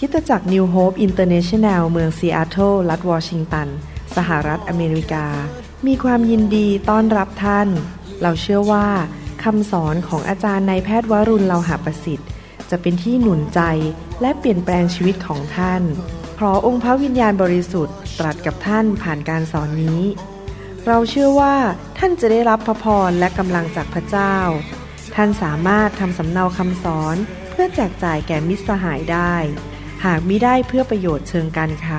คริสตจักร New Hope International เมืองซีแอตเทิลรัฐวอชิงตันสหรัฐอเมริกามีความยินดีต้อนรับท่านเราเชื่อว่าคำสอนของอาจารย์นายแพทย์วรุณ เลาหะประสิทธิ์จะเป็นที่หนุนใจและเปลี่ยนแปลงชีวิตของท่านขอองค์พระวิญญาณบริสุทธิ์ตรัสกับท่านผ่านการสอนนี้เราเชื่อว่าท่านจะได้รับพระพรและกำลังจากพระเจ้าท่านสามารถทำสำเนาคำสอนเพื่อแจกจ่ายแก่มิตรสหายได้หากมิได้เพื่อประโยชน์เชิงการค้า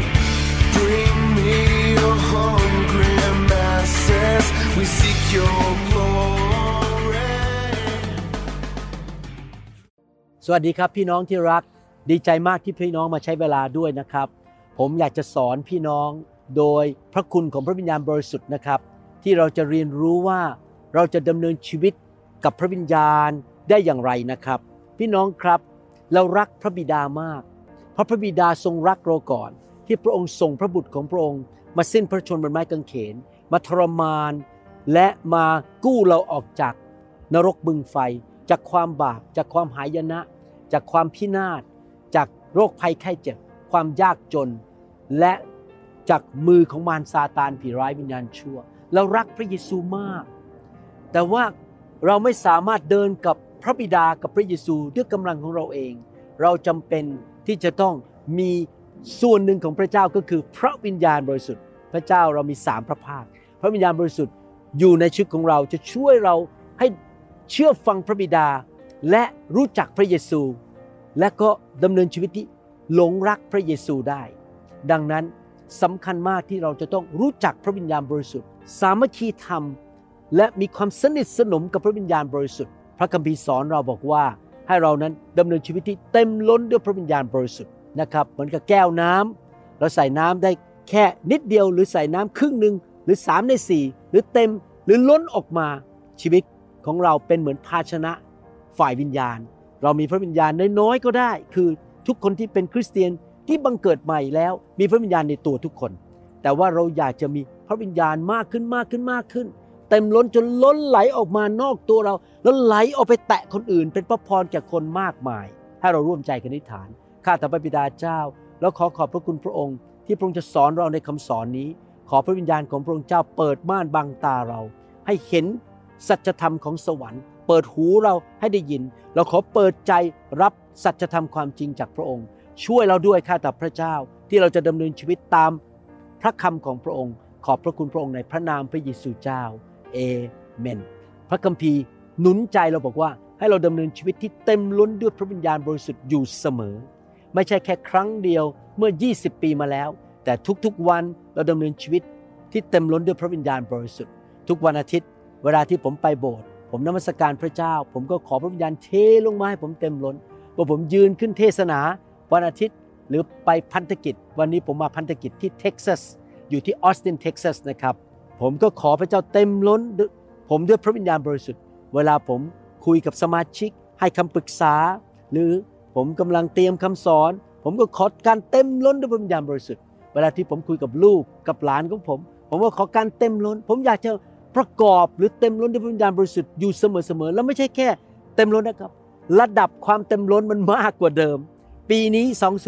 สวัสดีครับพี่น้องที่รักดีใจมากที่พี่น้องมาใช้เวลาด้วยนะครับผมอยากจะสอนพี่น้องโดยพระคุณของพระวิญญาณบริสุทธิ์นะครับที่เราจะเรียนรู้ว่าเราจะดำเนินชีวิตกับพระวิญญาณได้อย่างไรนะครับพี่น้องครับเรารักพระบิดามากเพราะพระบิดาทรงรักเราก่อนที่พระองค์ส่งพระบุตรของพระองค์มาสิ้นพระชนม์บนไม้กางเขนมาทรมานและมากู้เราออกจากนรกบึงไฟจากความบาปจากความหายนะจากความพินาศจากโรคภัยไข้เจ็บความยากจนและจากมือของมารซาตานผีร้ายวิญญาณชั่วเรารักพระเยซูมากแต่ว่าเราไม่สามารถเดินกับพระบิดากับพระเยซูด้วยกำลังของเราเองเราจำเป็นที่จะต้องมีส่วนหนึ่งของพระเจ้าก็คือพระวิญญาณบริสุทธิ์พระเจ้าเรามี3พระภาคพระวิญญาณบริสุทธิ์อยู่ในชีวิตของเราจะช่วยเราให้เชื่อฟังพระบิดาและรู้จักพระเยซูและก็ดำเนินชีวิตที่หลงรักพระเยซูได้ดังนั้นสำคัญมากที่เราจะต้องรู้จักพระวิญญาณบริสุทธิ์สามัคคีธรรมและมีความสนิทสนมกับพระวิญญาณบริสุทธิ์พระคัมภีร์สอนเราบอกว่าให้เรานั้นดำเนินชีวิตที่เต็มล้นด้วยพระวิญญาณบริสุทธิ์นะครับเหมือนกับแก้วน้ำเราใส่น้ำได้แค่นิดเดียวหรือใส่น้ำครึ่งนึงหรือ3ใน4หรือเต็มหรือล้นออกมาชีวิตของเราเป็นเหมือนภาชนะฝ่ายวิญญาณเรามีพระวิญญาณน้อยๆก็ได้คือทุกคนที่เป็นคริสเตียนที่บังเกิดใหม่แล้วมีพระวิญญาณในตัวทุกคนแต่ว่าเราอยากจะมีพระวิญญาณมากขึ้นเต็มล้นจนล้นไหลออกมานอกตัวเราแล้วไหลออกไปแตะคนอื่นเป็นพระพรแก่คนมากมายให้เราร่วมใจกันอธิษฐานข้าแต่พระบิดาเจ้าแล้วขอบพระคุณพระองค์ที่พระองค์จะสอนเราในคำสอนนี้ขอพระวิญญาณของพระองค์เจ้าเปิดม่านบังตาเราให้เห็นสัจธรรมของสวรรค์เปิดหูเราให้ได้ยินเราขอเปิดใจรับสัจธรรมความจริงจากพระองค์ช่วยเราด้วยข้าแต่พระเจ้าที่เราจะดำเนินชีวิตตามพระคำของพระองค์ขอบพระคุณพระองค์ในพระนามพระเยซูเจ้าเอเมนพระคัมภีร์หนุนใจเราบอกว่าให้เราดำเนินชีวิตที่เต็มล้นด้วยพระวิญญาณบริสุทธิ์อยู่เสมอไม่ใช่แค่ครั้งเดียวเมื่อ20ปีมาแล้วแต่ทุกๆวันเราดำเนินชีวิตที่เต็มล้นด้วยพระวิญญาณบริสุทธิ์ทุกวันอาทิตย์เวลาที่ผมไปโบสถ์ผมนมัสการพระเจ้าผมก็ขอพระวิญญาณเทลงมาให้ผมเต็มล้นพอผมยืนขึ้นเทศนาวันอาทิตย์หรือไปพันธกิจวันนี้ผมมาพันธกิจที่เท็กซัสอยู่ที่ออสตินเท็กซัสนะครับผมก็ขอพระเจ้าเต็มล้นผมด้วยพระวิญญาณบริสุทธิ์เวลาผมคุยกับสมาชิกให้คำปรึกษาหรือผมกำลังเตรียมคำสอนผมก็ขอการเต็มล้นด้วยพระวิญญาณบริสุทธิ์เวลาที่ผมคุยกับลูกกับหลานของผมก็ขอการเต็มล้นผมอยากจะประกอบหรือเต็มล้นด้วยพระวิญญาณบริสุทธิ์อยู่เสมอแล้วไม่ใช่แค่เต็มล้นนะครับระดับความเต็มล้นมันมากกว่าเดิมปีนี้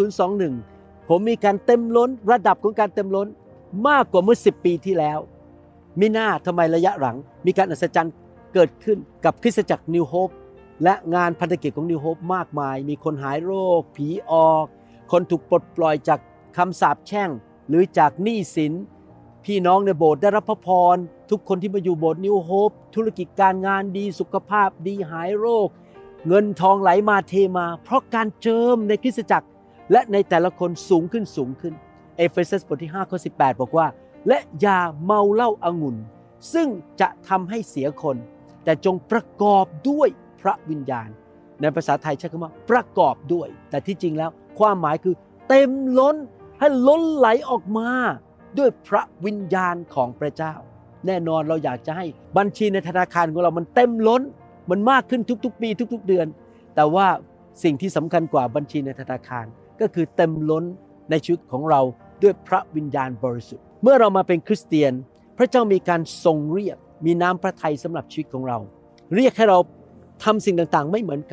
2021ผมมีการเต็มล้นระดับของการเต็มล้นมากกว่าเมื่อ10ปีที่แล้วมิน่าทำไมระยะหลังมีการอัศจรรย์เกิดขึ้นกับคริสตจักร New Hope และงานพันธกิจของ New Hope มากมายมีคนหายโรคผีออกคนถูกปลดปล่อยจากคำสาปแช่งหรือจากหนี้สินพี่น้องในโบสถ์ได้รับพระพรทุกคนที่มาอยู่โบสถ์ New Hope ธุรกิจการงานดีสุขภาพดีหายโรคเงินทองไหลมาเทมาเพราะการเจิมในคริสตจักรและในแต่ละคนสูงขึ้นเอเฟซัสบทที่5ข้อ18บอกว่าและอย่าเมาเหล้าองุ่นซึ่งจะทำให้เสียคนแต่จงประกอบด้วยพระวิญญาณในภาษาไทยใช้คำว่าประกอบด้วยแต่ที่จริงแล้วความหมายคือเต็มล้นให้ล้นไหลออกมาด้วยพระวิญญาณของพระเจ้าแน่นอนเราอยากจะให้บัญชีในธนาคารของเรามันเต็มล้นมันมากขึ้นทุกๆปีทุกๆเดือนแต่ว่าสิ่งที่สำคัญกว่าบัญชีในธนาคารก็คือเต็มล้นในชีวิตของเราด้วยพระวิญญาณบริสุทธิ์เมื่อเรามาเป็นคริสเตียนพระเจ้ามีการทรงเรียกมีน้ำพระทัยสำหรับชีวิตของเราเรียกให้เราทำสิ่งต่างๆไม่เหมือนกัน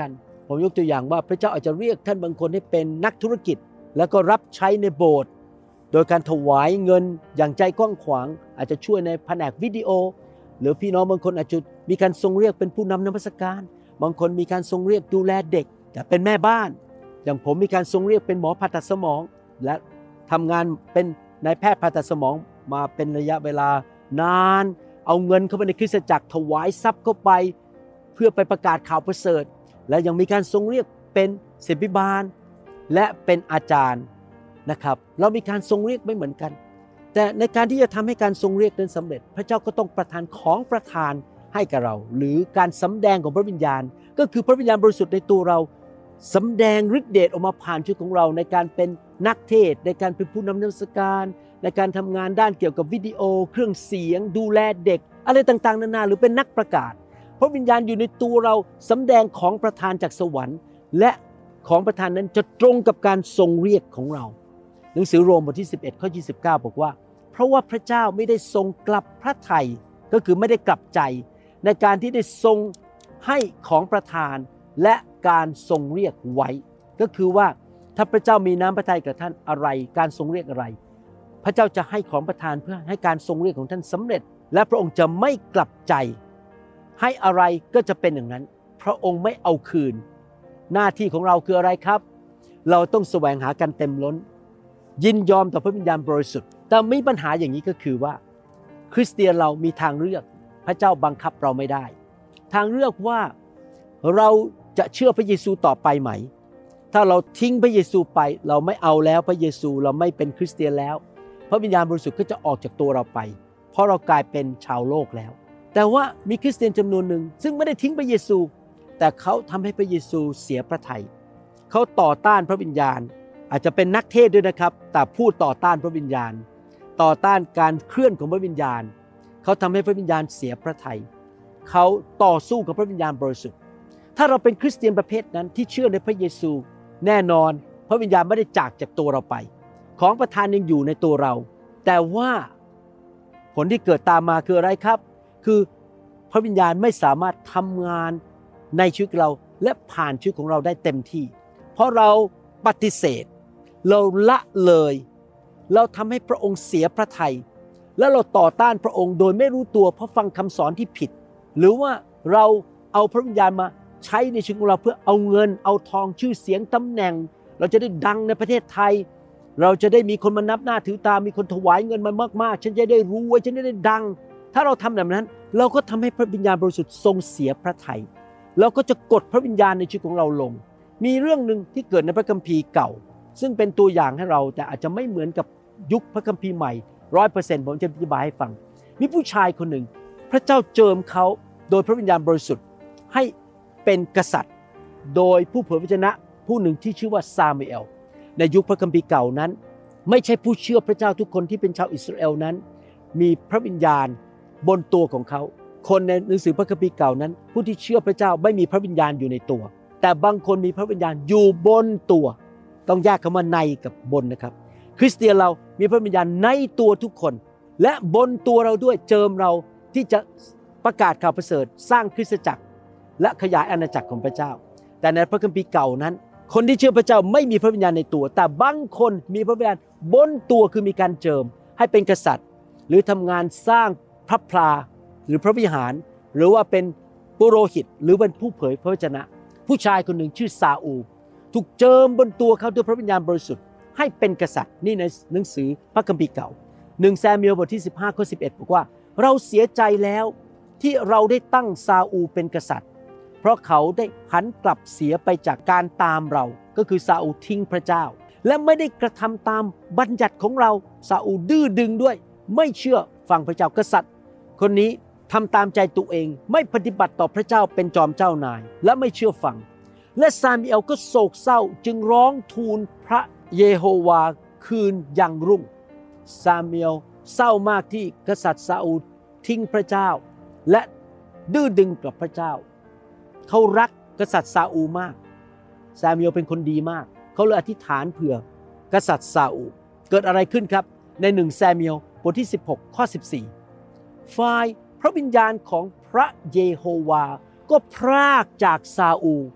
ผมยกตัวอย่างว่าพระเจ้าอาจจะเรียกท่านบางคนให้เป็นนักธุรกิจแล้วก็รับใช้ในโบสถ์โดยการถวายเงินอย่างใจกว้างขวางอาจจะช่วยในแผนกวิดีโอหรือพี่น้องบางคนอาจจะมีการทรงเรียกเป็นผู้นำนมัสการบางคนมีการทรงเรียกดูแลเด็กแต่เป็นแม่บ้านอย่างผมมีการทรงเรียกเป็นหมอผ่าตัดสมองและทำงานเป็นนายแพทย์ผ่าตัดสมองมาเป็นระยะเวลานานเอาเงินเข้าไปในคริสตจักรถวายทรัพย์เข้าไปเพื่อไปประกาศข่าวประเสริฐและยังมีการทรงเรียกเป็นศิษบาลและเป็นอาจารย์นะครับเรามีการทรงเรียกไม่เหมือนกันแต่ในการที่จะทำให้การทรงเรียกนั้นสำเร็จพระเจ้าก็ต้องประทานของประทานให้กับเราหรือการสำแดงของพระวิญญาณก็คือพระวิญญาณบริสุทธิ์ในตัวเราสำแดงฤทธิ์เดชออกมาผ่านชีวิตของเราในการเป็นนักเทศน์ในการเป็นผู้นำนมัสการในการทำงานด้านเกี่ยวกับวิดีโอเครื่องเสียงดูแลเด็กอะไรต่างๆนานาหรือเป็นนักประกาศพระวิญญาณอยู่ในตัวเราสำแดงของประทานจากสวรรค์และของประทานนั้นจะตรงกับการทรงเรียกของเราหนังสือโรมบทที่11ข้อ29บอกว่าเพราะว่าพระเจ้าไม่ได้ทรงกลับพระทัยก็คือไม่ได้กลับใจในการที่ได้ทรงให้ของประทานและการทรงเรียกไว้ก็คือว่าถ้าพระเจ้ามีน้ำพระทัยกับท่านอะไรการทรงเรียกอะไรพระเจ้าจะให้ของประทานเพื่อให้การทรงเรียกของท่านสำเร็จและพระองค์จะไม่กลับใจให้อะไรก็จะเป็นอย่างนั้นพระองค์ไม่เอาคืนหน้าที่ของเราคืออะไรครับเราต้องแสวงหากันเต็มล้นยินยอมต่อพระวิญญาณบริสุทธิ์แต่มีปัญหาอย่างนี้ก็คือว่าคริสเตียนเรามีทางเลือกพระเจ้าบังคับเราไม่ได้ทางเลือกว่าเราจะเชื่อพระเยซูต่อไปไหมถ้าเราทิ้งพระเยซูไปเราไม่เอาแล้วพระเยซูเราไม่เป็นคริสเตียนแล้วพระวิญญาณบริสุทธิ์ก็จะออกจากตัวเราไปเพราะเรากลายเป็นชาวโลกแล้วแต่ว่ามีคริสเตียนจำนวนหนึ่งซึ่งไม่ได้ทิ้งพระเยซูแต่เขาทำให้พระเยซูเสียพระทัยเขาต่อต้านพระวิญญาณอาจจะเป็นนักเทศด้วยนะครับแต่พูดต่อต้านพระวิญญาณต่อต้านการเคลื่อนของพระวิญญาณเขาทำให้พระวิญญาณเสียพระทัยเขาต่อสู้กับพระวิญญาณบริสุทธิ์ถ้าเราเป็นคริสเตียนประเภทนั้นที่เชื่อในพระเยซูแน่นอนพระวิญญาณไม่ได้จากตัวเราไปของประทานยังอยู่ในตัวเราแต่ว่าผลที่เกิดตามมาคืออะไรครับคือพระวิญญาณไม่สามารถทำงานในชีวิตเราและผ่านชีวิตของเราได้เต็มที่เพราะเราปฏิเสธเราละเลยเราทำให้พระองค์เสียพระทัยและเราต่อต้านพระองค์โดยไม่รู้ตัวเพราะฟังคำสอนที่ผิดหรือว่าเราเอาพระวิญญาณมาใช้ในชีวิตของเราเพื่อเอาเงินเอาทองชื่อเสียงตำแหน่งเราจะได้ดังในประเทศไทยเราจะได้มีคนมานับหน้าถือตามีคนถวายเงินมามากๆฉันจะได้รวยฉันจะได้ดังถ้าเราทำแบบนั้นเราก็ทำให้พระวิญญาณบริสุทธิ์ทรงเสียพระทัยเราก็จะกดพระวิญญาณในชีวิตของเราลงมีเรื่องนึงที่เกิดในพระคัมภีร์เก่าซึ่งเป็นตัวอย่างให้เราแต่อาจจะไม่เหมือนกับยุคพระคัมภีร์ใหม่ 100% ผมจะอธิบายให้ฟังมีผู้ชายคนหนึ่งพระเจ้าเจิมเขาโดยพระวิญญาณบริสุทธิ์ให้เป็นกษัตริย์โดยผู้เผยพระวจนะผู้หนึ่งที่ชื่อว่าซามูเอลในยุคพระคัมภีร์เก่านั้นไม่ใช่ผู้เชื่อพระเจ้าทุกคนที่เป็นชาวอิสราเอลนั้นมีพระวิญญาณบนตัวของเขาคนในหนังสือพระคัมภีร์เก่านั้นผู้ที่เชื่อพระเจ้าไม่มีพระวิญญาณอยู่ในตัวแต่บางคนมีพระวิญญาณอยู่บนตัวต้องแยกคำว่าในกับบนนะครับคริสเตียนเรามีพระวิญญาณในตัวทุกคนและบนตัวเราด้วยเจิมเราที่จะประกาศข่าวประเสริฐสร้างคริสตจักรและขยายอาณาจักรของพระเจ้าแต่ในพระคัมภีร์เก่านั้นคนที่เชื่อพระเจ้าไม่มีพระวิญญาณในตัวแต่บางคนมีพระวิญญาณบนตัวคือมีการเจิมให้เป็นกษัตริย์หรือทำงานสร้างพระพลาหรือพระวิหารหรือว่าเป็นปุโรหิตหรือเป็นผู้เผยพระวจนะผู้ชายคนหนึ่งชื่อซาอูลถูกเจิมบนตัวเขาด้วยพระวิญญาณบริสุทธิ์ให้เป็นกษัตริย์นี่ในหนังสือพระคัมภีร์เก่า1ซามูเอลบทที่15ข้อ11บอกว่าเราเสียใจแล้วที่เราได้ตั้งซาอูลเป็นกษัตริย์เพราะเขาได้หันกลับเสียไปจากการตามเราก็คือซาอูลทิ้งพระเจ้าและไม่ได้กระทำตามบัญญัติของเราซาอูลดื้อดึงด้วยไม่เชื่อฟังพระเจ้ากษัตริย์คนนี้ทำตามใจตัวเองไม่ปฏิบัติต่อพระเจ้าเป็นจอมเจ้านายและไม่เชื่อฟังและซามูเอลก็โศกเศร้าจึงร้องทูลพระเยโฮวาคืนยังรุ่งซามูเอลเศร้ามากที่กษัตริย์ซาอูลทิ้งพระเจ้าและดื้อดึงกับพระเจ้าเขารักกษัตริย์ซาอูลมากซามูเอลเป็นคนดีมากเขาเลยอธิษฐานเผื่อกษัตริย์ซาอูลเกิดอะไรขึ้นครับใน1ซามูเอลบทที่16ข้อ14ฝ่ายพระวิญญาณของพระเยโฮวาก็พรากจากซาอูล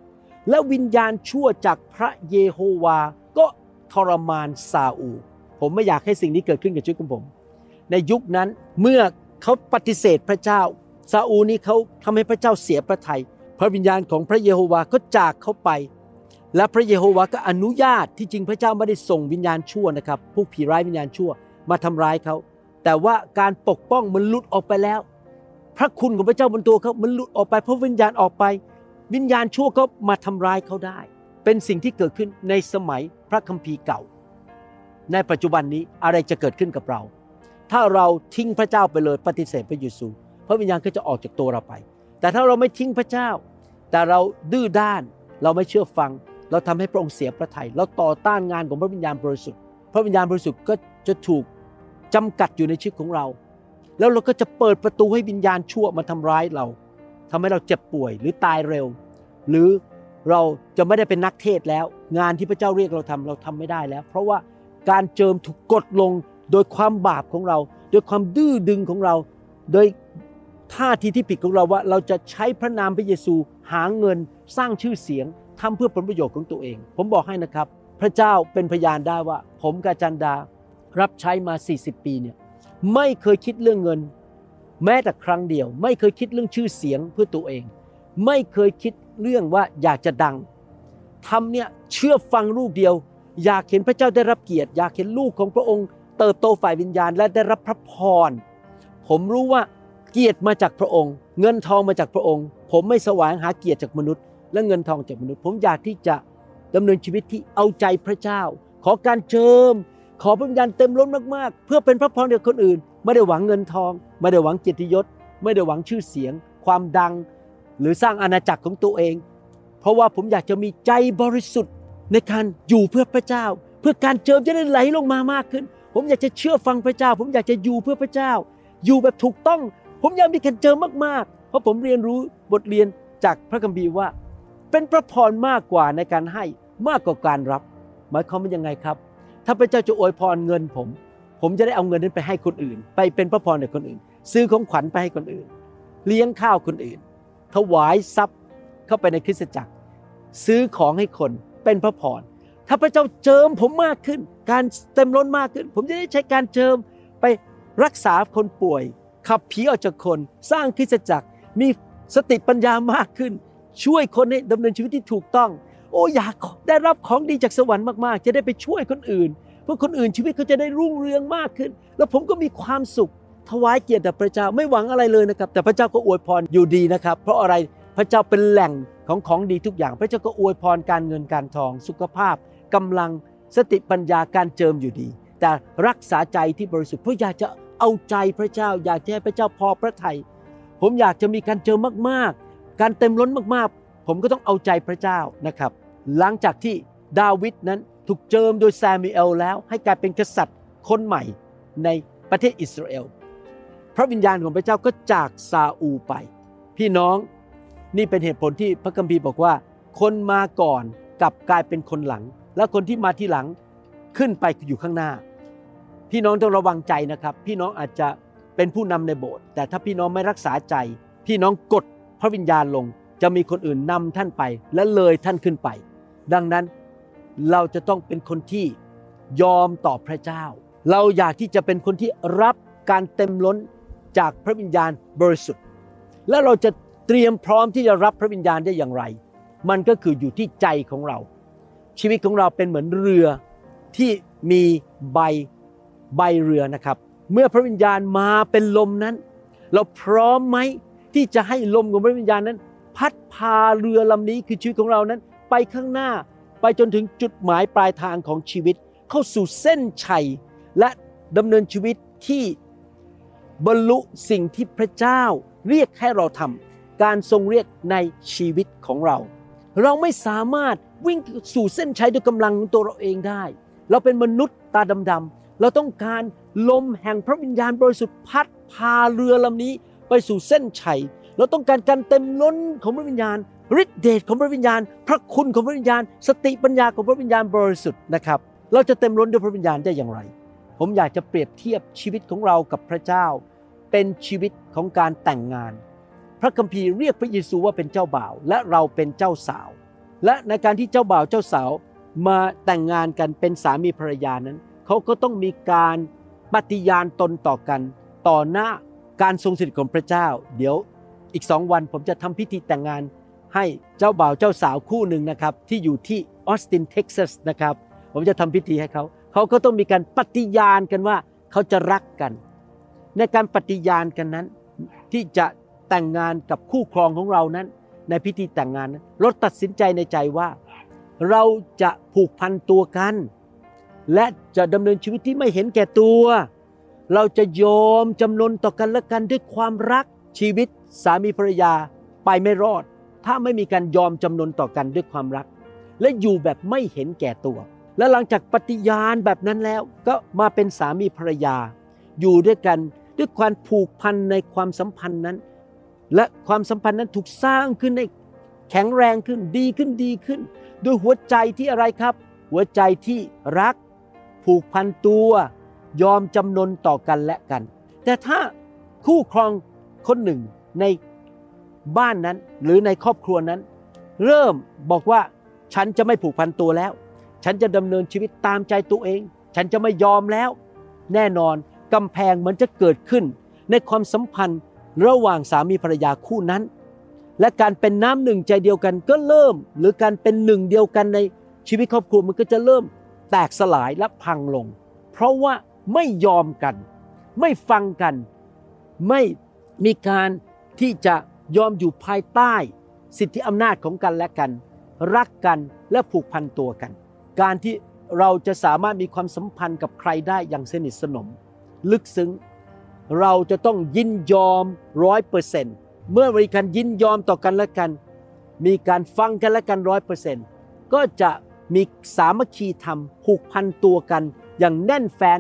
และวิญญาณชั่วจากพระเยโฮวาก็ทรมานซาอูลผมไม่อยากให้สิ่งนี้เกิดขึ้นกับชีวิตของผมในยุคนั้นเมื่อเขาปฏิเสธพระเจ้าซาอูลนี้เขาทำให้พระเจ้าเสียพระทัยพระวิญญาณของพระเยโฮวาก็จากเขาไปและพระเยโฮวาก็อนุญาตที่จริงพระเจ้าไม่ได้ส่งวิญญาณชั่วนะครับพวกผีร้ายวิญญาณชั่วมาทำร้ายเขาแต่ว่าการปกป้องมันหลุดออกไปแล้วพระคุณของพระเจ้าบนตัวเขามันหลุดออกไปเพราะวิญญาณออกไปวิญญาณชั่วก็มาทำร้ายเขาได้เป็นสิ่งที่เกิดขึ้นในสมัยพระคัมภีร์เก่าในปัจจุบันนี้อะไรจะเกิดขึ้นกับเราถ้าเราทิ้งพระเจ้าไปเลยปฏิเสธพระเยซูพระวิญญาณก็จะออกจากตัวเราไปแต่ถ้าเราไม่ทิ้งพระเจ้าแต่เราดื้อด้านเราไม่เชื่อฟังเราทำให้พระองค์เสียพระทัยเราต่อต้านงานของพระวิญญาณบริสุทธิ์พระวิญญาณบริสุทธิ์ก็จะถูกจำกัดอยู่ในชีวิตของเราแล้วเราก็จะเปิดประตูให้วิญญาณชั่วมาทำร้ายเราทำให้เราเจ็บป่วยหรือตายเร็วหรือเราจะไม่ได้เป็นนักเทศแล้วงานที่พระเจ้าเรียกเราทำไม่ได้แล้วเพราะว่าการเจิมถูกกดลงโดยความบาปของเราโดยความดื้อดึงของเราโดยท่าทีที่ผิดของเราว่าเราจะใช้พระนามพระเยซูหาเงินสร้างชื่อเสียงทำเพื่อผลประโยชน์ของตัวเองผมบอกให้นะครับพระเจ้าเป็นพยานได้ว่าผมกับอาจารย์ดารับใช้มา40ปีเนี่ยไม่เคยคิดเรื่องเงินแม้แต่ครั้งเดียวไม่เคยคิดเรื่องชื่อเสียงเพื่อตัวเองไม่เคยคิดเรื่องว่าอยากจะดังทำเนี่ยเชื่อฟังลูกเดียวอยากเห็นพระเจ้าได้รับเกียรติอยากเห็นลูกของพระองค์เติบโตฝ่ายวิญญาณและได้รับพระพรผมรู้ว่าเกียรติมาจากพระองค์เงินทองมาจากพระองค์ผมไม่แสวงหาเกียรติจากมนุษย์และเงินทองจากมนุษย์ผมอยากที่จะดำเนินชีวิตที่เอาใจพระเจ้าขอการเจิมขอพระวิญญาณเต็มล้นมากๆเพื่อเป็นพระพรแก่คนอื่นไม่ได้หวังเงินทองไม่ได้หวังเกียรติยศไม่ได้หวังชื่อเสียงความดังหรือสร้างอาณาจักรของตัวเองเพราะว่าผมอยากจะมีใจบริสุทธิ์ในการอยู่เพื่อพระเจ้าเพื่อการเจิมจะได้ไหลลงมามากขึ้นผมอยากจะเชื่อฟังพระเจ้าผมอยากจะอยู่เพื่อพระเจ้าอยู่แบบถูกต้องผมอยากมีการเจิมมากๆเพราะผมเรียนรู้บทเรียนจากพระคัมภีร์ว่าเป็นพระพรมากกว่าในการให้มากกว่าการรับหมายความว่ายังไงครับถ้าพระเจ้าจะอวยพรเงินผมจะได้เอาเงินนั้นไปให้คนอื่นไปเป็นพระพรแก่คนอื่นซื้อของขวัญไปให้คนอื่นเลี้ยงข้าวคนอื่นถวายทรัพย์เข้าไปในคริสตจักรซื้อของให้คนเป็นพระพรถ้าพระเจ้าเจิมผมมากขึ้นการเต็มล้นมากขึ้นผมจะได้ใช้การเจิมไปรักษาคนป่วยขับผีออกจากคนสร้างคริสตจักรมีสติปัญญามากขึ้นช่วยคนให้ดำเนินชีวิตที่ถูกต้องโอ้อยากได้รับของดีจากสวรรค์มากๆจะได้ไปช่วยคนอื่นเพื่อคนอื่นชีวิตเขาจะได้รุ่งเรืองมากขึ้นแล้วผมก็มีความสุขถวายเกียรติแด่พระเจ้าไม่หวังอะไรเลยนะครับแต่พระเจ้าก็อวยพรอยู่ดีนะครับเพราะอะไรพระเจ้าเป็นแหล่งของดีทุกอย่างพระเจ้าก็อวยพรการเงินการทองสุขภาพกำลังสติปัญญาการเจิมอยู่ดีแต่รักษาใจที่บริสุทธิ์เพราะอยากจะเอาใจพระเจ้าอยากให้พระเจ้าพอพระทัยผมอยากจะมีการเจิมมากๆการเต็มล้นมากๆผมก็ต้องเอาใจพระเจ้านะครับหลังจากที่ดาวิดนั้นถูกเจิมโดยซามูเอลแล้วให้กลายเป็นกษัตริย์คนใหม่ในประเทศอิสราเอลพระวิญญาณของพระเจ้าก็จากซาอูลไปพี่น้องนี่เป็นเหตุผลที่พระคัมภีร์บอกว่าคนมาก่อนกลับกลายเป็นคนหลังแล้วคนที่มาที่หลังขึ้นไปอยู่ข้างหน้าพี่น้องต้องระวังใจนะครับพี่น้องอาจจะเป็นผู้นำในโบสถ์แต่ถ้าพี่น้องไม่รักษาใจพี่น้องกดพระวิญญาณลงจะมีคนอื่นนำท่านไปและเลยท่านขึ้นไปดังนั้นเราจะต้องเป็นคนที่ยอมต่อพระเจ้าเราอยากที่จะเป็นคนที่รับการเต็มล้นจากพระวิญญาณบริสุทธิ์และเราจะเตรียมพร้อมที่จะรับพระวิญญาณได้อย่างไรมันก็คืออยู่ที่ใจของเราชีวิตของเราเป็นเหมือนเรือที่มีใบเรือนะครับเมื่อพระวิญญาณมาเป็นลมนั้นเราพร้อมไหมที่จะให้ลมของพระวิญญาณนั้นพัดพาเรือลำนี้คือชีวิตของเรานั้นไปข้างหน้าไปจนถึงจุดหมายปลายทางของชีวิตเข้าสู่เส้นชัยและดำเนินชีวิตที่บรรลุสิ่งที่พระเจ้าเรียกให้เราทำการทรงเรียกในชีวิตของเราเราไม่สามารถวิ่งสู่เส้นชัยด้วยกำลังของตัวเราเองได้เราเป็นมนุษย์ตาดำๆเราต้องการลมแห่งพระวิญญาณบริสุทธิ์พัดพาเรือลำนี้ไปสู่เส้นชัยเราต้องการการเต็มล้นของพระวิญญาณฤทธิเดชของพระวิญญาณพระคุณของพระวิญญาณสติปัญญาของพระวิญญาณบริสุทธิ์นะครับเราจะเต็มล้นด้วยพระวิญญาณได้อย่างไรผมอยากจะเปรียบเทียบชีวิตของเรากับพระเจ้าเป็นชีวิตของการแต่งงานพระคัมภีร์เรียกพระเยซูว่าเป็นเจ้าบ่าวและเราเป็นเจ้าสาวและในการที่เจ้าบ่าวเจ้าสาวมาแต่งงานกันเป็นสามีภรรยานั้นเขาก็ต้องมีการปฏิญาณตนต่อกันต่อหน้าการทรงสถิตของพระเจ้าเดี๋ยวอีก2 วันผมจะทำพิธีแต่งงานให้เจ้าบ่าวเจ้าสาวคู่หนึ่งนะครับที่อยู่ที่ออสตินเท็กซัสนะครับผมจะทำพิธีให้เขาก็ต้องมีการปฏิญาณกันว่าเขาจะรักกันในการปฏิญาณกันนั้นที่จะแต่งงานกับคู่ครองของเรานั้นในพิธีแต่งงานนั้นเราตัดสินใจในใจว่าเราจะผูกพันตัวกันและจะดำเนินชีวิตที่ไม่เห็นแก่ตัวเราจะยอมจำนนต่อกันและกันด้วยความรักชีวิตสามีภรรยาไปไม่รอดถ้าไม่มีการยอมจำนนต่อกันด้วยความรักและอยู่แบบไม่เห็นแก่ตัวและหลังจากปฏิญาณแบบนั้นแล้วก็มาเป็นสามีภรรยาอยู่ด้วยกันด้วยความผูกพันในความสัมพันธ์นั้นและความสัมพันธ์นั้นถูกสร้างขึ้นให้แข็งแรงขึ้นดีขึ้นด้วยหัวใจที่อะไรครับหัวใจที่รักผูกพันตัวยอมจำนนต่อกันและกันแต่ถ้าคู่ครองคนหนึ่งในบ้านนั้นหรือในครอบครัวนั้นเริ่มบอกว่าฉันจะไม่ผูกพันตัวแล้วฉันจะดำเนินชีวิตตามใจตัวเองฉันจะไม่ยอมแล้วแน่นอนกำแพงมันจะเกิดขึ้นในความสัมพันธ์ระหว่างสามีภรรยาคู่นั้นและการเป็นน้ำหนึ่งใจเดียวกันก็เริ่มหรือการเป็นหนึ่งเดียวกันในชีวิตครอบครัวมันก็จะเริ่มแตกสลายและพังลงเพราะว่าไม่ยอมกันไม่ฟังกันไม่มีการที่จะยอมอยู่ภายใต้สิทธิอำนาจของกันและกันรักกันและผูกพันตัวกันการที่เราจะสามารถมีความสัมพันธ์กับใครได้อย่างสนิทสนมลึกซึ้งเราจะต้องยินยอม 100% เมื่อมีการยินยอมต่อกันและกันมีการฟังกันและกัน 100% ก็จะมีสามัคคีธรรมผูกพันตัวกันอย่างแน่นแฟ้น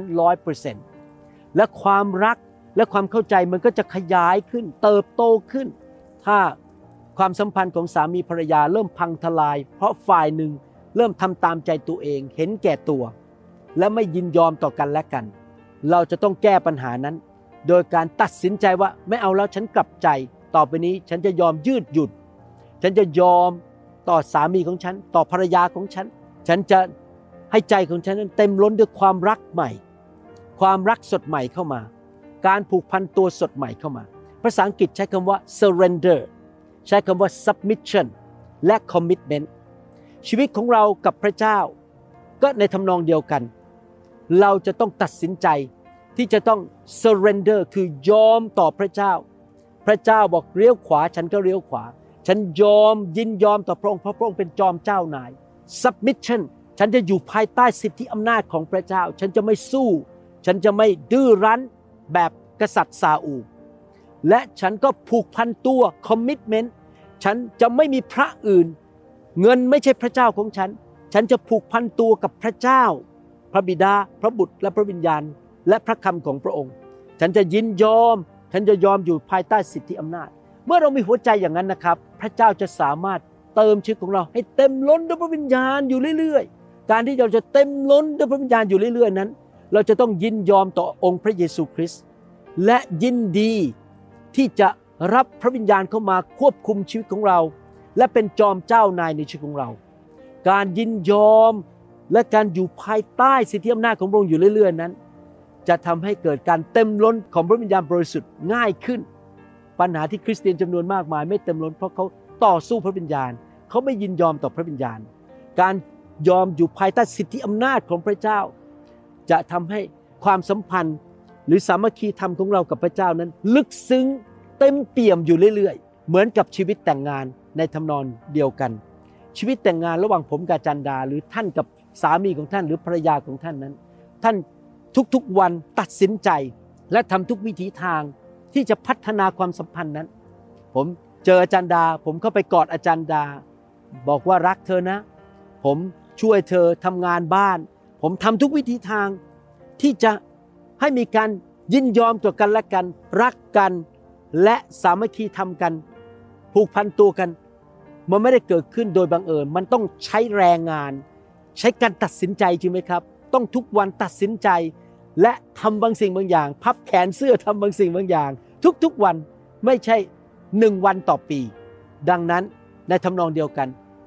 100% และความรักและความเข้าใจมันก็จะขยายขึ้นเติบโตขึ้นถ้าความสัมพันธ์ของสามีภรรยาเริ่มพังทลายเพราะฝ่ายหนึ่งเริ่มทำตามใจตัวเองเห็นแก่ตัวและไม่ยินยอมต่อกันและกันเราจะต้องแก้ปัญหานั้นโดยการตัดสินใจว่าไม่เอาแล้วฉันกลับใจต่อไปนี้ฉันจะยอมยืดหยุ่นฉันจะยอมต่อสามีของฉันต่อภรรยาของฉันฉันจะให้ใจของฉันนั้นเต็มล้นด้วยความรักใหม่ความรักสดใหม่เข้ามาการผูกพันตัวสดใหม่เข้ามาภาษาอังกฤษใช้คำว่า surrender ใช้คำว่า submission และ commitment ชีวิตของเรากับพระเจ้าก็ในทำนองเดียวกันเราจะต้องตัดสินใจที่จะต้อง surrender คือยอมต่อพระเจ้าพระเจ้าบอกเลี้ยวขวาฉันก็เลี้ยวขวาฉันยอมยินยอมต่อพระองค์เพราะพระองค์เป็นจอมเจ้านาย submission ฉันจะอยู่ภายใต้สิทธิอำนาจของพระเจ้าฉันจะไม่สู้ฉันจะไม่ดื้อรั้นแบบกษัตริย์ซาอูลและฉันก็ผูกพันตัว commitment ฉันจะไม่มีพระอื่นเงินไม่ใช่พระเจ้าของฉันฉันจะผูกพันตัวกับพระเจ้าพระบิดาพระบุตรและพระวิญญาณและพระคำของพระองค์ฉันจะยินยอมฉันจะยอมอยู่ภายใต้สิทธิอำนาจเมื่อเรามีหัวใจอย่างนั้นนะครับพระเจ้าจะสามารถเติมชีวิตของเราให้เต็มล้นด้วยพระวิญญาณอยู่เรื่อยๆการที่เราจะเต็มล้นด้วยพระวิญญาณอยู่เรื่อยๆนั้นเราจะต้องยินยอมต่อองค์พระเยซูคริสต์และยินดีที่จะรับพระวิญญาณเข้ามาควบคุมชีวิตของเราและเป็นจอมเจ้านายในชีวิตของเราการยินยอมและการอยู่ภายใต้สิทธิอำนาจของพระองค์อยู่เรื่อยๆนั้นจะทำให้เกิดการเต็มล้นของพระวิญญาณบริสุทธิ์ง่ายขึ้นปัญหาที่คริสเตียนจำนวนมากมายไม่เต็มล้นเพราะเขาต่อสู้พระวิญญาณเขาไม่ยินยอมต่อพระวิญญาณการยอมอยู่ภายใต้สิทธิอำนาจของพระเจ้าจะทำให้ความสัมพันธ์หรือสามัคคีธรรมของเรากับพระเจ้านั้นลึกซึ้งเต็มเปี่ยมอยู่เรื่อยๆเหมือนกับชีวิตแต่งงานในทำนองเดียวกันชีวิตแต่งงานระหว่างผมกับจันดาหรือท่านกับสามีของท่านหรือภรรยาของท่านนั้นท่านทุกๆวันตัดสินใจและทำทุกวิถีทางที่จะพัฒนาความสัมพันธ์นั้นผมเจออาจารย์ดาผมเข้าไปกอดอาจารย์ดาบอกว่ารักเธอนะผมช่วยเธอทำงานบ้านผมทำทุกวิถีทางที่จะให้มีการยินยอมต่อกันและกันรักกันและสามัคคีทำกันผูกพันตัวกันมันไม่ได้เกิดขึ้นโดยบังเอิญมันต้องใช้แรงงานใช้การตัดสินใจจริงไหมครับต้องทุกวันตัดสินใจและทำบางสิ่งบางอย่างพับแขนเสื้อทำบางสิ่งบางอย่างทุกๆวันไม่ใช่1 วันต่อปีดังนั้นในทำนองเดียวกัน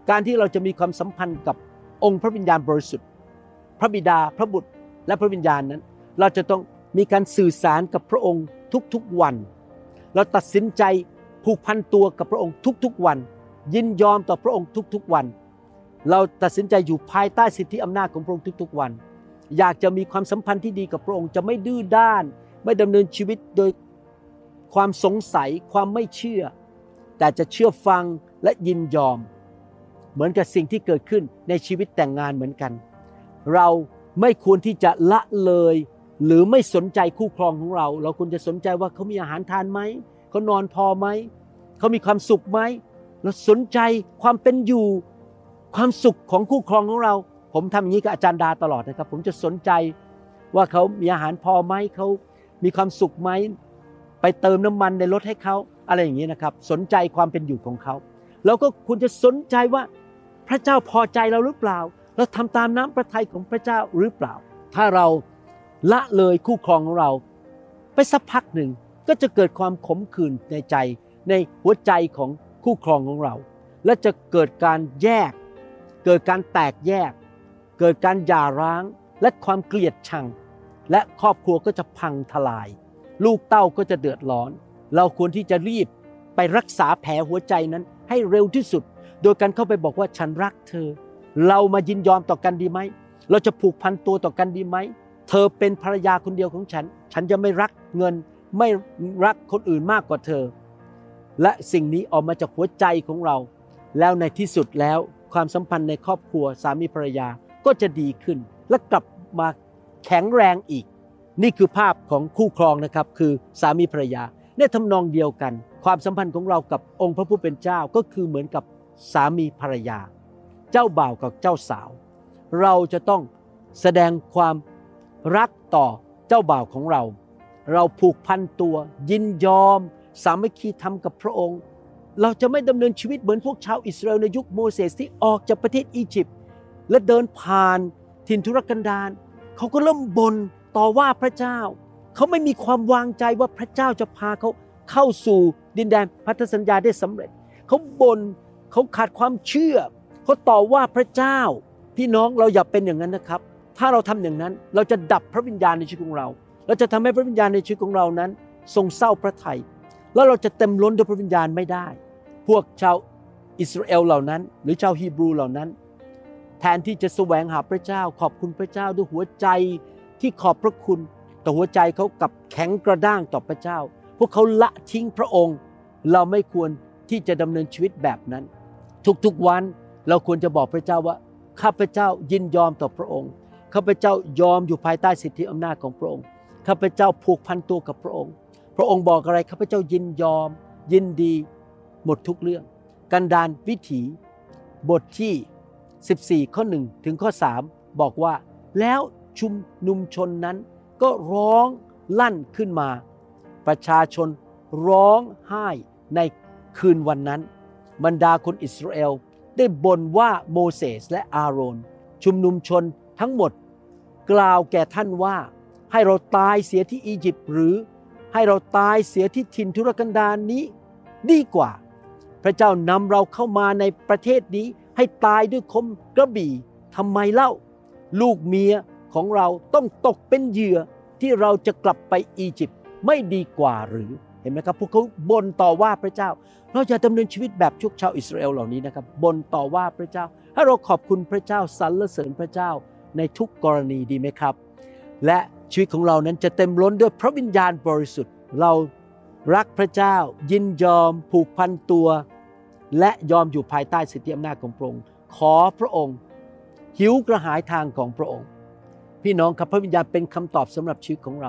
การที่เราจะมีความสัมพันธ์กับองค์พระวิญญาณบริสุทธิ์พระบิดาพระบุตรและพระวิญญาณนั้นเราจะต้องมีการสื่อสารกับพระองค์ทุกๆวันเราตัดสินใจผูกพันตัวกับพระองค์ทุกๆวันยินยอมต่อพระองค์ทุกๆวันเราตัดสินใจอยู่ภายใต้สิทธิอำนาจของพระองค์ทุกๆวันอยากจะมีความสัมพันธ์ที่ดีกับพระองค์จะไม่ดื้อด้านไม่ดำเนินชีวิตโดยความสงสัยความไม่เชื่อแต่จะเชื่อฟังและยินยอมเหมือนกับสิ่งที่เกิดขึ้นในชีวิตแต่งงานเหมือนกันเราไม่ควรที่จะละเลยหรือไม่สนใจคู่ครองของเราเราควรจะสนใจว่าเขามีอาหารทานไหมเขานอนพอไหมเขามีความสุขไหมเราสนใจความเป็นอยู่ความสุขของคู่ครองของเราผมทำอย่างนี้กับอาจารย์ดาตลอดนะครับผมจะสนใจว่าเขามีอาหารพอไหมเขามีความสุขไหมไปเติมน้ำมันในรถให้เขาอะไรอย่างนี้นะครับสนใจความเป็นอยู่ของเขาแล้วก็ควรจะสนใจว่าพระเจ้าพอใจเราหรือเปล่าเราทำตามน้ำพระทัยของพระเจ้าหรือเปล่าถ้าเราละเลยคู่ครองของเราไปสักพักหนึ่งก็จะเกิดความขมขื่นในใจในหัวใจของคู่ครองของเราและจะเกิดการแยกเกิดการแตกแยกเกิดการหย่าร้างและความเกลียดชังและครอบครัวก็จะพังทลายลูกเต้าก็จะเดือดร้อนเราควรที่จะรีบไปรักษาแผลหัวใจนั้นให้เร็วที่สุดโดยการเข้าไปบอกว่าฉันรักเธอเรามายินยอมต่อกันดีไหมเราจะผูกพันตัวต่อกันดีไหมเธอเป็นภรรยาคนเดียวของฉันฉันจะไม่รักเงินไม่รักคนอื่นมากกว่าเธอและสิ่งนี้ออกมาจากหัวใจของเราแล้วในที่สุดแล้วความสัมพันธ์ในครอบครัวสามีภรรยาก็จะดีขึ้นและกลับมาแข็งแรงอีกนี่คือภาพของคู่ครองนะครับคือสามีภรรยาในทำนองเดียวกันความสัมพันธ์ของเรากับองค์พระผู้เป็นเจ้าก็คือเหมือนกับสามีภรรยาเจ้าบ่าวกับเจ้าสาวเราจะต้องแสดงความรักต่อเจ้าบ่าวของเราเราผูกพันตัวยินยอมสามัคคีธรรมกับพระองค์เราจะไม่ดำเนินชีวิตเหมือนพวกชาวอิสราเอลในยุคโมเสสที่ออกจากประเทศอียิปต์และเดินผ่านถิ่นทุรกันดารเขาก็เริ่มบ่นต่อว่าพระเจ้าเขาไม่มีความวางใจว่าพระเจ้าจะพาเขาเข้าสู่ดินแดนพันธสัญญาได้สำเร็จเขาบ่นเขาขาดความเชื่อเขาต่อว่าพระเจ้าพี่น้องเราอย่าเป็นอย่างนั้นนะครับถ้าเราทำอย่างนั้นเราจะดับพระวิญญาณในชีวิตของเราเราจะทำให้พระวิญญาณในชีวิตของเรานั้นทรงเศร้าพระทัยแล้วเราจะเต็มล้นด้วยพระวิญญาณไม่ได้พวกชาวอิสราเอลเหล่านั้นหรือชาวฮีบรูเหล่านั้นแทนที่จะแสวงหาพระเจ้าขอบคุณพระเจ้าด้วยหัวใจที่ขอบพระคุณแต่หัวใจเขากลับแข็งกระด้างต่อพระเจ้าพวกเขาละทิ้งพระองค์เราไม่ควรที่จะดำเนินชีวิตแบบนั้นทุกๆวันเราควรจะบอกพระเจ้าว่าข้าพเจ้ายินยอมต่อพระองค์ข้าพเจ้ายอมอยู่ภายใต้สิทธิอำนาจของพระองค์ข้าพเจ้าผูกพันตัวกับพระองค์พระองค์บอกอะไรข้าพเจ้ายินยอมยินดีหมดทุกเรื่องกันดารวิถีบทที่14ข้อ1ถึงข้อ3บอกว่าแล้วชุมนุมชนนั้นก็ร้องลั่นขึ้นมาประชาชนร้องไห้ในคืนวันนั้นบรรดาคนอิสราเอลได้บ่นว่าโมเสสและอาโรนชุมนุมชนทั้งหมดกล่าวแก่ท่านว่าให้เราตายเสียที่อียิปต์หรือให้เราตายเสียที่ถิ่นทุรกันดารนี้ดีกว่าพระเจ้านำเราเข้ามาในประเทศนี้ให้ตายด้วยคมกระบี่ทำไมเล่าลูกเมียของเราต้องตกเป็นเหยื่อที่เราจะกลับไปอียิปต์ไม่ดีกว่าหรือเห็นไหมครับพวกเขาบ่นต่อว่าพระเจ้าเราจะดำเนินชีวิตแบบชาวอิสราเอลเหล่านี้นะครับบ่นต่อว่าพระเจ้าให้เราขอบคุณพระเจ้าสรรเสริญพระเจ้าในทุกกรณีดีไหมครับและชีวิตของเรานั้นจะเต็มล้นด้วยพระวิญญาณบริสุทธิ์เรารักพระเจ้ายินยอมผูกพันตัวและยอมอยู่ภายใต้สิทธิอำนาจของพระองค์ขอพระองค์หิวกระหายทางของพระองค์พี่น้องครับพระวิญญาณเป็นคำตอบสำหรับชีวิตของเรา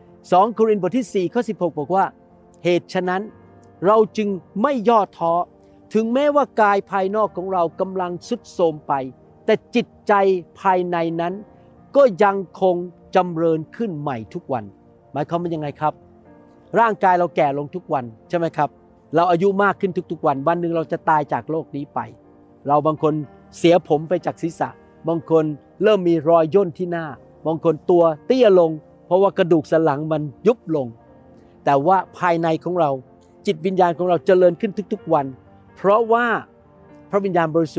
2โครินธ์บทที่4ข้อ16บอกว่าเหตุฉะนั้นเราจึงไม่ย่อท้อถึงแม้ว่ากายภายนอกของเรากำลังทรุดโทรมไปแต่จิตใจภายในนั้นก็ยังคงจำเริญขึ้นใหม่ทุกวันหมายความว่ายังไงครับร่างกายเราแก่ลงทุกวันใช่ไหมครับเราอายุมากขึ้นทุกๆวันวันหนึ่งเราจะตายจากโลกนี้ไปเราบางคนเสียผมไปจากศีรษะบางคนเริ่มมีรอยย่นที่หน้าบางคนตัวเตี้ยลงเพราะว่ากระดูกสันหลังมันยุบลงแต่ว่าภายในของเราจิตวิญญาณของเราเจริญขึ้นทุกๆวันเพราะว่าพระวิญญาณบริสุทธิ์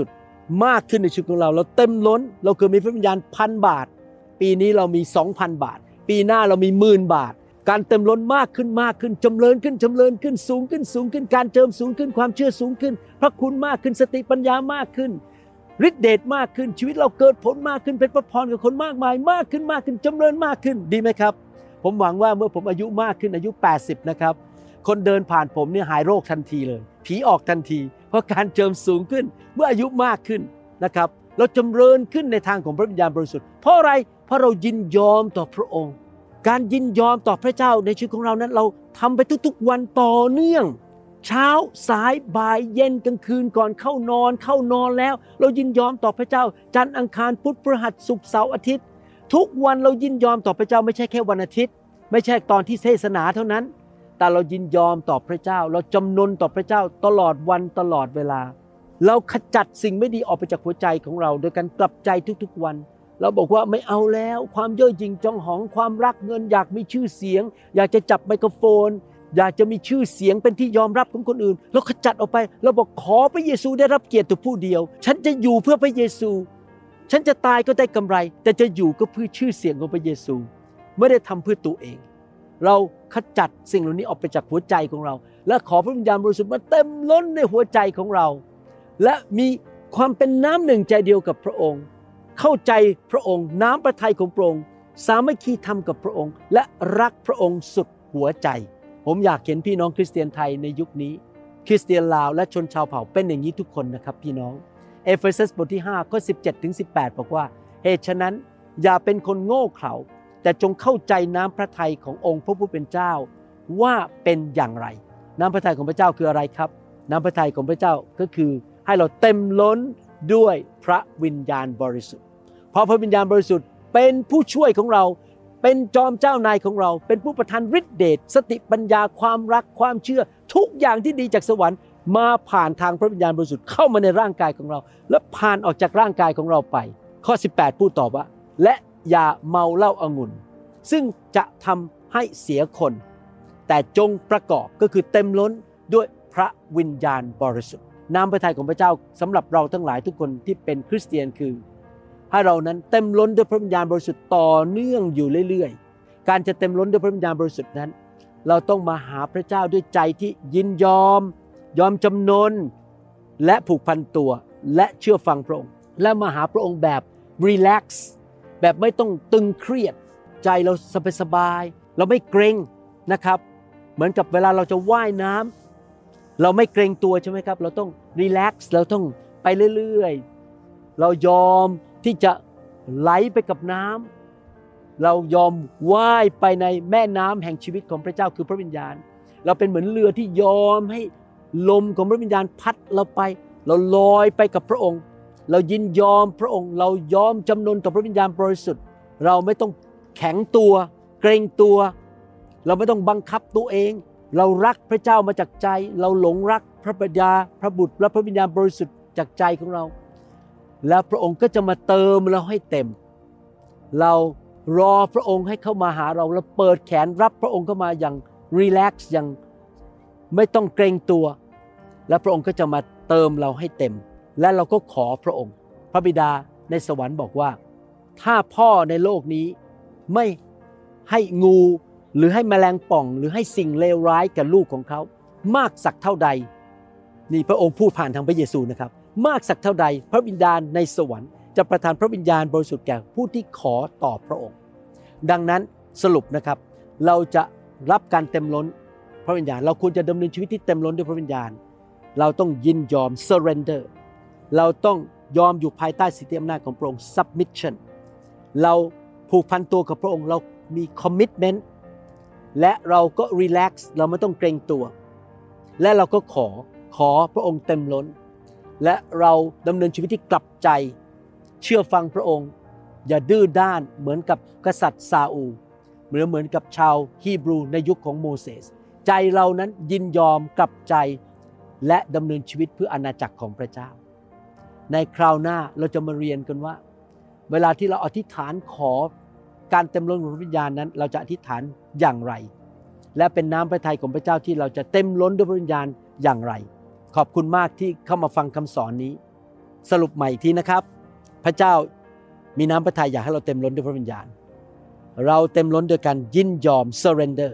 มากขึ้นในชีวิตของเราเต็มล้นเราเคยมีพระวิญญาณ1,000 บาทปีนี้เรามี 2,000 บาทปีหน้าเรามี10,000 บาทการเต็มล้นมากขึ้นจำเริญขึ้นสูงขึ้นการเจิมสูงขึ้นความเชื่อสูงขึ้นพระคุณมากขึ้นสติปัญญามากขึ้นฤทธิเดชมากขึ้นชีวิตเราเกิดผลมากขึ้นเป็นพระพรกับคนมากมายมากขึ้นจำเริญมากขึ้นดีไหมครับผมหวังว่าเมื่อผมอายุมากขึ้นอายุ80นะครับคนเดินผ่านผมเนี่ยหายโรคทันทีเลยผีออกทันทีเพราะการเจิมสูงขึ้นเมื่ออายุมากขึ้นนะครับเราจำเริญขึ้นในทางของพระวิญญาณบริสุทธิ์เพราะอะไรเพราะเรายินยอมต่อพระองค์การยินยอมต่อพระเจ้าในชีวิตของเรานั้นเราทำไปทุกๆวันต่อเนื่องเช้าสายบ่ายเย็นกลางคืนก่อนเข้านอนแล้วเรายินยอมต่อพระเจ้าจันทร์อังคารพุธพฤหัสศุกร์เสาร์อาทิตย์ทุกวันเรายินยอมต่อพระเจ้าไม่ใช่แค่วันอาทิตย์ไม่ใช่ตอนที่เทศนาเท่านั้นแต่เรายินยอมต่อพระเจ้าเราจำนนต่อพระเจ้าตลอดวันตลอดเวลาเราขจัดสิ่งไม่ดีออกไปจากหัวใจของเราโดยการกลับใจทุกๆวันเราบอกว่าไม่เอาแล้วความเย่อหยิ่งจองหองความรักเงินอยากมีชื่อเสียงอยากจะจับไมโครโฟนอยากจะมีชื่อเสียงเป็นที่ยอมรับของคนอื่นเราขจัดออกไปเราบอกขอพระเยซูได้รับเกียรติผู้เดียวฉันจะอยู่เพื่อพระเยซูฉันจะตายก็ได้กำไรแต่จะอยู่ก็เพื่อชื่อเสียงของพระเยซูไม่ได้ทำเพื่อตัวเองเราขจัดสิ่งเหล่านี้ออกไปจากหัวใจของเราและขอพระวิญญาณบริสุทธิ์มาเต็มล้นในหัวใจของเราและมีความเป็นน้ำหนึ่งใจเดียวกับพระองค์เข้าใจพระองค์น้ำพระทัยของพระองค์สามัคคีธรรมกับพระองค์และรักพระองค์สุดหัวใจผมอยากเห็นพี่น้องคริสเตียนไทยในยุคนี้คริสเตียนลาวและชนชาวเผ่าเป็นอย่างนี้ทุกคนนะครับพี่น้องเอเฟซัสบทที่5ข้อ17ถึง18บอกว่าเหตุฉะนั้นอย่าเป็นคนโง่เขลาแต่จงเข้าใจน้ำพระทัยขององค์พระผู้เป็นเจ้าว่าเป็นอย่างไรน้ำพระทัยของพระเจ้าคืออะไรครับน้ำพระทัยของพระเจ้าก็คือให้เราเต็มล้นด้วยพระวิญญาณบริสุทธิ์เพราะพระวิญญาณบริสุทธิ์เป็นผู้ช่วยของเราเป็นจอมเจ้านายของเราเป็นผู้ประทานฤทธิเดชสติปัญญาความรักความเชื่อทุกอย่างที่ดีจากสวรรค์มาผ่านทางพระวิญญาณบริสุทธิ์เข้ามาในร่างกายของเราและผ่านออกจากร่างกายของเราไปข้อ18พูดต่อว่าและอย่าเมาเหล้าองุ่นซึ่งจะทำให้เสียคนแต่จงประกอบก็คือเต็มล้นด้วยพระวิญญาณบริสุทธิ์น้ำพระทัยของพระเจ้าสำหรับเราทั้งหลายทุกคนที่เป็นคริสเตียนคือให้เรานั้นเต็มล้นด้วยพระวิญญาณบริสุทธิ์ต่อเนื่องอยู่เรื่อยๆการจะเต็มล้นด้วยพระวิญญาณบริสุทธิ์นั้นเราต้องมาหาพระเจ้าด้วยใจที่ยินยอมจำนนและผูกพันตัวและเชื่อฟังพระองค์และมาหาพระองค์แบบรีแลกซ์แบบไม่ต้องตึงเครียดใจเราสบายๆเราไม่เกรงนะครับเหมือนกับเวลาเราจะว่ายน้ำเราไม่เกรงตัวใช่ไหมครับเราต้องรีแลกซ์เราต้องไปเรื่อยๆเรายอมที่จะไหลไปกับน้ำเรายอมว่ายไปในแม่น้ำแห่งชีวิตของพระเจ้าคือพระวิญญาณเราเป็นเหมือนเรือที่ยอมให้ลมของพระวิญญาณพัดเราไปเราลอยไปกับพระองค์เรายินยอมพระองค์เรายอมจำนนต่อพระวิญญาณบริสุทธิ์เราไม่ต้องแข็งตัวเกรงตัวเราไม่ต้องบังคับตัวเองเรารักพระเจ้ามาจากใจเราหลงรักพระบิดาพระบุตรและพระวิญญาณบริสุทธิ์จากใจของเราแล้วพระองค์ก็จะมาเติมเราให้เต็มเรารอพระองค์ให้เข้ามาหาเราแล้วเปิดแขนรับพระองค์เข้ามาอย่างรีแลกซ์อย่างไม่ต้องเกรงตัวและพระองค์ก็จะมาเติมเราให้เต็มและเราก็ขอพระองค์พระบิดาในสวรรค์บอกว่าถ้าพ่อในโลกนี้ไม่ให้งูหรือให้แมลงป่องหรือให้สิ่งเลวร้ายกับลูกของเขามากสักเท่าใดนี่พระองค์พูดผ่านทางพระเยซูนะครับมากสักเท่าใดพระวิญญาณในสวรรค์จะประทานพระวิญญาณบริสุทธิ์แก่ผู้ที่ขอต่อพระองค์ดังนั้นสรุปนะครับเราจะรับการเต็มล้นพระวิญญาณเราควรจะดำเนินชีวิตที่เต็มล้นด้วยพระวิญญาณเราต้องยินยอม surrender เราต้องยอมอยู่ภายใต้สิทธิอำนาจของพระองค์ submission เราผูกพันตัวกับพระองค์เรามี commitment และเราก็ relax เราไม่ต้องเกรงตัวและเราก็ขอพระองค์เต็มล้นและเราดำเนินชีวิตที่กลับใจเชื่อฟังพระองค์อย่าดื้อด้านเหมือนกับกษัตริย์ซาอูลเหมือนกับชาวฮีบรูในยุคของโมเสสใจเรานั้นยินยอมกลับใจและดำเนินชีวิตเพื่ออาณาจักรของพระเจ้าในคราวหน้าเราจะมาเรียนกันว่าเวลาที่เราอธิษฐานขอการเต็มล้นของพระวิญญาณนั้นเราจะอธิษฐานอย่างไรและเป็นน้ำพระทัยของพระเจ้าที่เราจะเต็มล้นด้วยพระวิญญาณอย่างไรขอบคุณมากที่เข้ามาฟังคำสอนนี้สรุปใหม่อีกทีนะครับพระเจ้ามีน้ำพระทัยอยากให้เราเต็มล้นด้วยพระวิญญาณเราเต็มล้นโดยการยินยอม surrender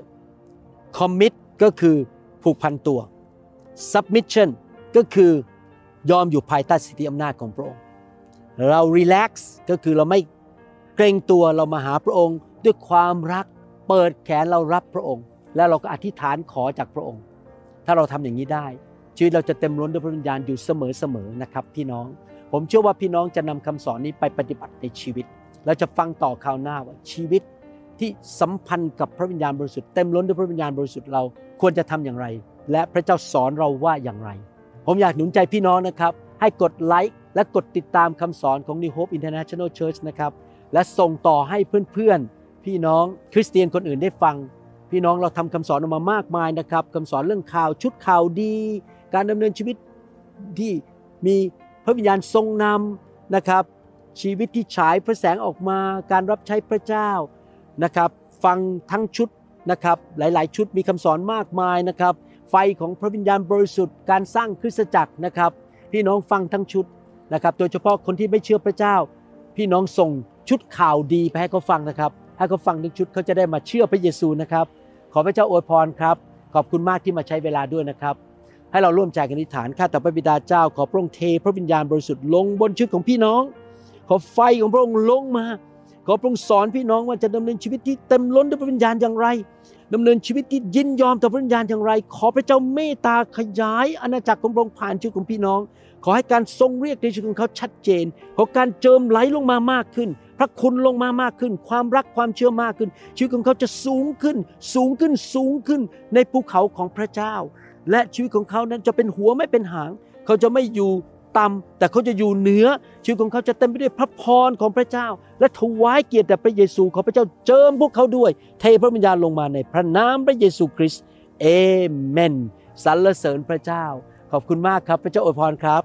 commit ก็คือผูกพันตัว submission ก็คือยอมอยู่ภายใต้สิทธิอำนาจของพระองค์เรา relax ก็คือเราไม่เกรงตัวเรามาหาพระองค์ด้วยความรักเปิดแขนเรารับพระองค์แล้วเราก็อธิษฐานขอจากพระองค์ถ้าเราทำอย่างนี้ได้ชีวิตเราจะเต็มล้นด้วยพระวิญญาณอยู่เสมอๆนะครับพี่น้องผมเชื่อว่าพี่น้องจะนำคำสอนนี้ไปปฏิบัติในชีวิตเราจะฟังต่อคราวหน้าว่าชีวิตที่สัมพันธ์กับพระวิญญาณบริสุทธิ์เต็มล้นด้วยพระวิญญาณบริสุทธิ์เราควรจะทำอย่างไรและพระเจ้าสอนเราว่าอย่างไรผมอยากหนุนใจพี่น้องนะครับให้กดไลค์และกดติดตามคำสอนของ New Hope International Church นะครับและส่งต่อให้เพื่อนๆพี่น้องคริสเตียนคนอื่นได้ฟังพี่น้องเราทำคำสอนออกมามากมายนะครับคำสอนเรื่องข่าวชุดข่าวดีการดำเนินชีวิตที่มีพระวิญญาณทรงนำนะครับชีวิตที่ฉายพระแสงออกมาการรับใช้พระเจ้านะครับฟังทั้งชุดนะครับหลายๆชุดมีคำสอนมากมายนะครับไฟของพระวิญญาณบริสุทธิ์การสร้างคริสตจักรนะครับพี่น้องฟังทั้งชุดนะครับโดยเฉพาะคนที่ไม่เชื่อพระเจ้าพี่น้องส่งชุดข่าวดีไปให้เขาฟังนะครับให้เขาฟังทั้งชุดเขาจะได้มาเชื่อพระเยซูนะครับขอพระเจ้าอวยพรครับขอบคุณมากที่มาใช้เวลาด้วยนะครับให้เราร่วมใจกันอธิษฐานข้าแต่พระบิดาเจ้าขอพระองค์เทพระวิญญาณบริสุทธิ์ลงบนชีวิตของพี่น้องขอไฟของพระองค์ลงมาขอพระองค์สอนพี่น้องว่าจะดำเนินชีวิตที่เต็มล้นด้วยพระวิญญาณอย่างไรดำเนินชีวิตที่ยินยอมต่อพระวิญญาณอย่างไรขอพระเจ้าเมตตาขยายอาณาจักรของพระองค์ผ่านชีวิตของพี่น้องขอให้การทรงเรียกในชีวิตของเขาชัดเจนขอการเจิมไหลลงมามากขึ้นพระคุณลงมามากขึ้นความรักความเชื่อมากขึ้นชีวิตของเขาจะสูงขึ้นในภูเขาของพระเจ้าและชีวิตของเขานั้นจะเป็นหัวไม่เป็นหางเขาจะไม่อยู่ต่ำแต่เขาจะอยู่เหนือชีวิตของเขาจะเต็มไปด้วยพระพรของพระเจ้าและถวายเกียรติแด่พระเยซูขอพระเจ้าเจิมพวกเขาด้วยเทพระวิญญาณลงมาในพระนามพระเยซูคริสต์เอเมนสรรเสริญพระเจ้าขอบคุณมากครับพระเจ้าอวยพรครับ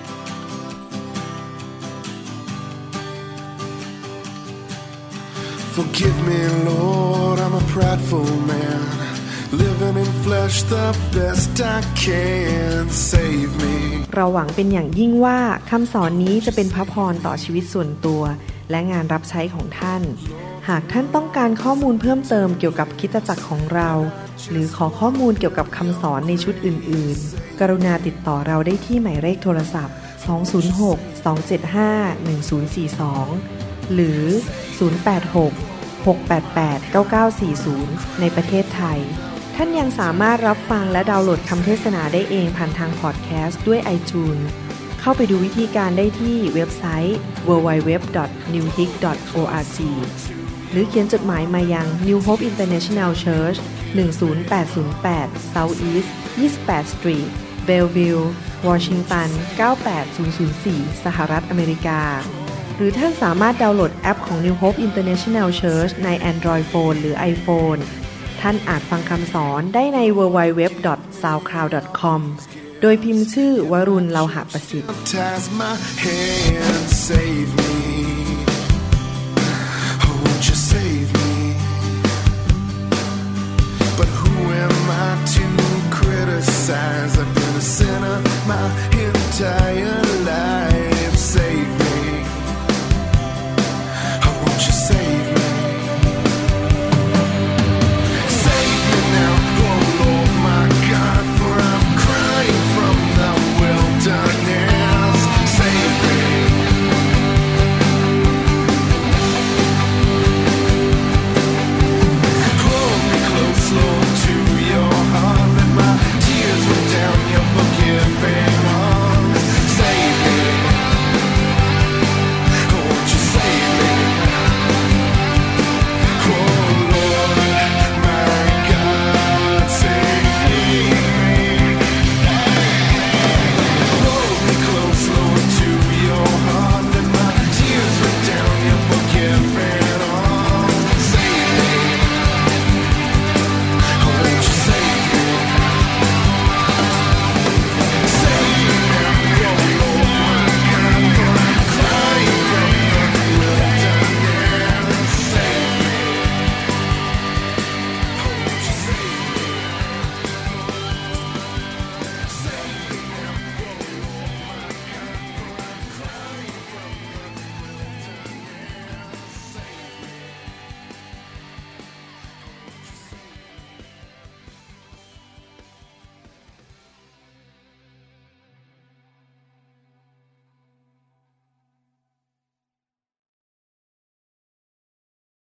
Forgive me, Lord, I'm a prideful man, living in flesh the best I can. Save me. เราหวังเป็นอย่างยิ่งว่าคำสอนนี้จะเป็นพระพรต่อชีวิตส่วนตัวและงานรับใช้ของท่านหากท่านต้องการข้อมูลเพิ่มเติมเกี่ยวกับคริสตจักรของเราหรือขอข้อมูลเกี่ยวกับคำสอนในชุดอื่นๆกรุณาติดต่อเราได้ที่หมายเลขโทรศัพท์206-275-1042หรือ086-688-9940ในประเทศไทยท่านยังสามารถรับฟังและดาวน์โหลดคำเทศนาได้เองผ่านทางพอดแคสต์ด้วย iTunes เข้าไปดูวิธีการได้ที่เว็บไซต์ www.newhope.org หรือเขียนจดหมายมายัง New Hope International Church 10808 South East 28 Street Bellevue Washington 98004 สหรัฐอเมริกาหรือท่านสามารถดาวน์โหลดแอปของ New Hope International Church ใน Android Phone หรือ iPhone ท่านอาจฟังคำสอนได้ใน www.soundcloud.com โดยพิมพ์ชื่อวรุณ เลาหะประสิทธิ์ I've been a sinner my entire